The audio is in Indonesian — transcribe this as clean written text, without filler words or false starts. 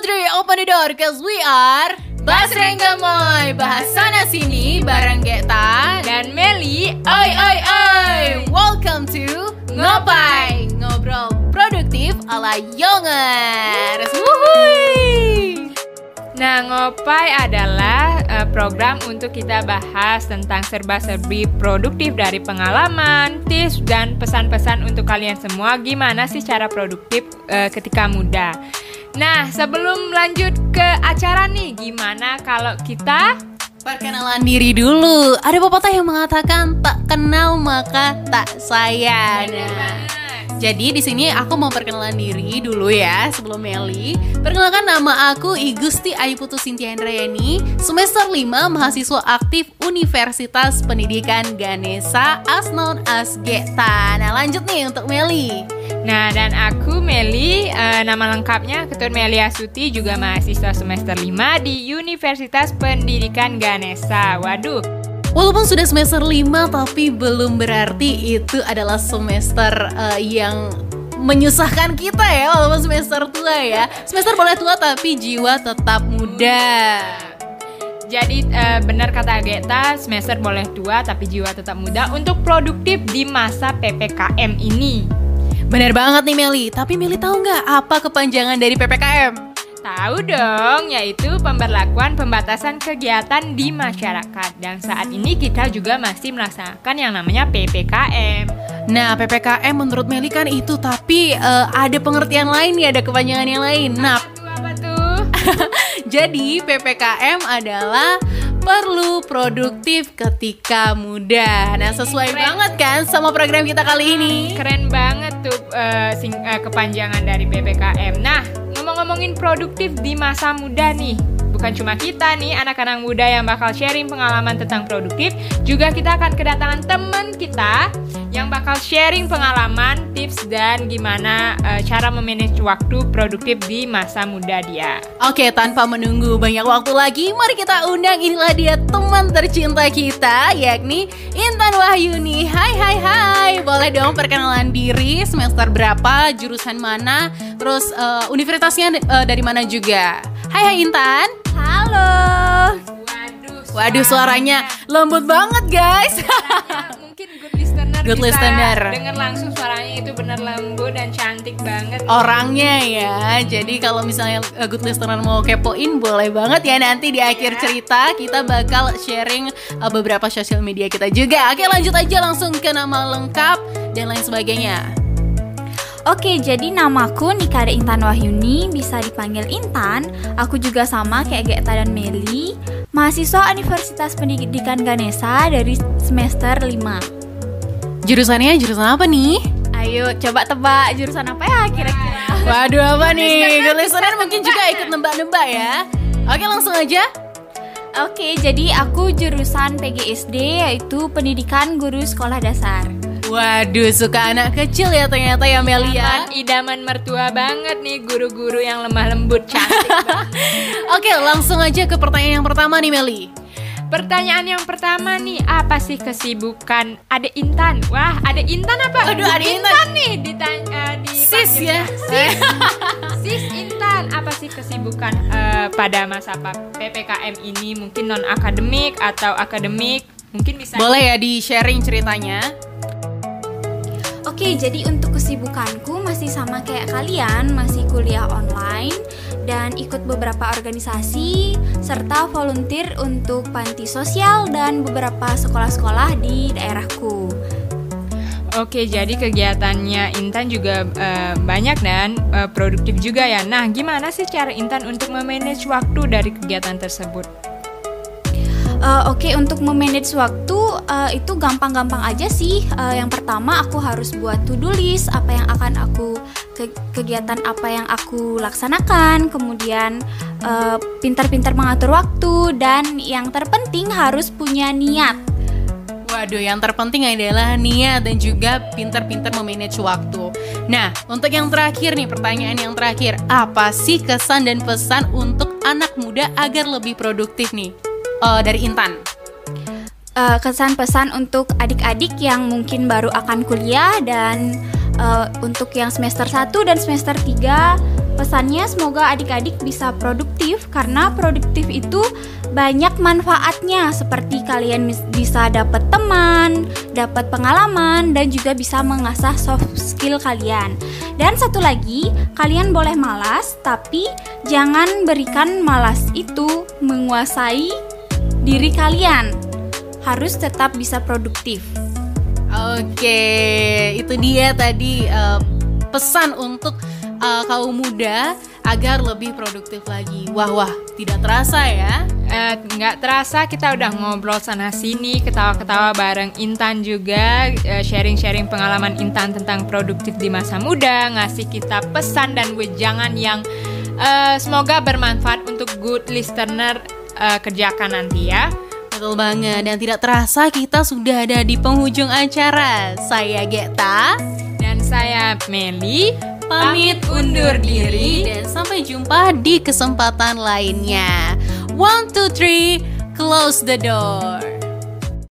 Putri, open the door cause we are Basreng Gemoy, bahas sana sini bareng Geta dan Meli. Oi oi oi. Welcome to Ngopai, ngobrol produktif ala Yongers. Wuhui. Nah, Ngopai adalah program untuk kita bahas tentang serba-serbi produktif dari pengalaman, tips, dan pesan-pesan untuk kalian semua. Gimana sih cara produktif ketika muda. Nah, sebelum lanjut ke acara nih, gimana kalau kita perkenalan diri dulu. Ada pepatah yang mengatakan tak kenal maka tak sayang. Jadi di sini aku mau perkenalan diri dulu ya sebelum Meli. Perkenalkan, nama aku I Gusti Ayu Putu Sintia Indrayani, semester 5, mahasiswa aktif Universitas Pendidikan Ganesha as known as Geta. Nah, lanjut nih untuk Meli. Nah, dan aku Meli, nama lengkapnya Ketut Meli Asuti, juga mahasiswa semester 5 di Universitas Pendidikan Ganesha. Waduh. Walaupun sudah semester 5, tapi belum berarti itu adalah semester yang menyusahkan kita ya. Walaupun semester tua ya. Semester boleh tua tapi jiwa tetap muda. Jadi benar kata Geta, semester boleh tua tapi jiwa tetap muda untuk produktif di masa PPKM ini. Bener banget nih Meli, tapi Meli tahu nggak apa kepanjangan dari PPKM? Tahu dong, yaitu pemberlakuan pembatasan kegiatan di masyarakat. Dan saat ini kita juga masih melaksanakan yang namanya PPKM. Nah, PPKM menurut Meli kan itu, tapi ada pengertian lain nih, ada kepanjangan yang lain. Nah, apa tuh? Jadi PPKM adalah perlu produktif ketika muda. Nah, sesuai banget kan sama program kita kali ini. Keren banget tuh kepanjangan dari PPKM. Nah, ngomong-ngomongin produktif di masa muda nih, bukan cuma kita nih anak-anak muda yang bakal sharing pengalaman tentang produktif, juga kita akan kedatangan teman kita yang bakal sharing pengalaman, tips, dan gimana cara memanage waktu produktif di masa muda dia. Oke, tanpa menunggu banyak waktu lagi, mari kita undang, inilah dia teman tercinta kita, yakni Intan Wahyuni. Hai, boleh dong perkenalan diri, semester berapa, jurusan mana, terus universitasnya dari mana juga. Hai Intan. Halo. Waduh, suaranya lembut banget guys. Mungkin good listener bisa dengar langsung suaranya itu benar lembut dan cantik banget orangnya ya. Jadi kalau misalnya good listener mau kepoin, boleh banget ya, nanti di akhir cerita kita bakal sharing beberapa sosial media kita juga. Oke, lanjut aja langsung ke nama lengkap dan lain sebagainya. Oke, jadi namaku Nikade Intan Wahyuni, bisa dipanggil Intan. Aku juga sama kayak Geta dan Meli, mahasiswa Universitas Pendidikan Ganesha dari semester 5. Jurusannya jurusan apa nih? Ayo coba tebak jurusan apa ya kira-kira. Waduh, apa nih? Good listener mungkin juga ikut nebak-nebak ya. Oke, langsung aja. Oke, jadi aku jurusan PGSD, yaitu Pendidikan Guru Sekolah Dasar. Waduh, suka anak kecil ya ternyata ya Melia. Idaman mertua banget nih, guru-guru yang lemah lembut, cantik banget. Oke, langsung aja ke pertanyaan yang pertama nih Meli. Pertanyaan yang pertama nih, apa sih kesibukan Adek Intan? Wah, Adek Intan apa? Aduh, Adek Intan nih ditanya di Sis ya. Sis Intan, apa sih kesibukan pada masa PPKM ini? Mungkin non akademik atau akademik? Mungkin bisa. Boleh ya di sharing ceritanya. Oke, jadi untuk kesibukanku masih sama kayak kalian, masih kuliah online dan ikut beberapa organisasi serta volunteer untuk panti sosial dan beberapa sekolah-sekolah di daerahku. Oke, jadi kegiatannya Intan juga banyak dan produktif juga ya. Nah, gimana sih cara Intan untuk memanage waktu dari kegiatan tersebut? Oke, untuk memanage waktu itu gampang-gampang aja sih. Yang pertama aku harus buat to-do list apa yang akan aku kegiatan apa yang aku laksanakan. Kemudian pintar-pintar mengatur waktu, dan yang terpenting harus punya niat. Waduh, yang terpenting adalah niat dan juga pintar-pintar memanage waktu. Nah, untuk yang terakhir nih, pertanyaan yang terakhir, apa sih kesan dan pesan untuk anak muda agar lebih produktif nih? Dari Intan. Kesan pesan untuk adik-adik yang mungkin baru akan kuliah dan untuk yang semester 1 dan semester 3 Pesannya semoga adik-adik bisa produktif karena produktif itu banyak manfaatnya, seperti kalian bisa dapat teman, dapat pengalaman, dan juga bisa mengasah soft skill kalian. Dan satu lagi, kalian boleh malas, tapi jangan berikan malas itu menguasai diri kalian. Harus tetap bisa produktif. Oke, itu dia tadi pesan untuk kaum muda agar lebih produktif lagi. Wah, tidak terasa ya. Nggak terasa kita udah ngobrol sana sini, ketawa-ketawa bareng Intan juga, sharing-sharing pengalaman Intan tentang produktif di masa muda, ngasih kita pesan dan wejangan yang semoga bermanfaat untuk good listener kerjakan nanti ya. Betul banget, dan tidak terasa kita sudah ada di penghujung acara. Saya Geta dan saya Meli pamit undur diri dan sampai jumpa di kesempatan lainnya. 1, 2, 3, close the door.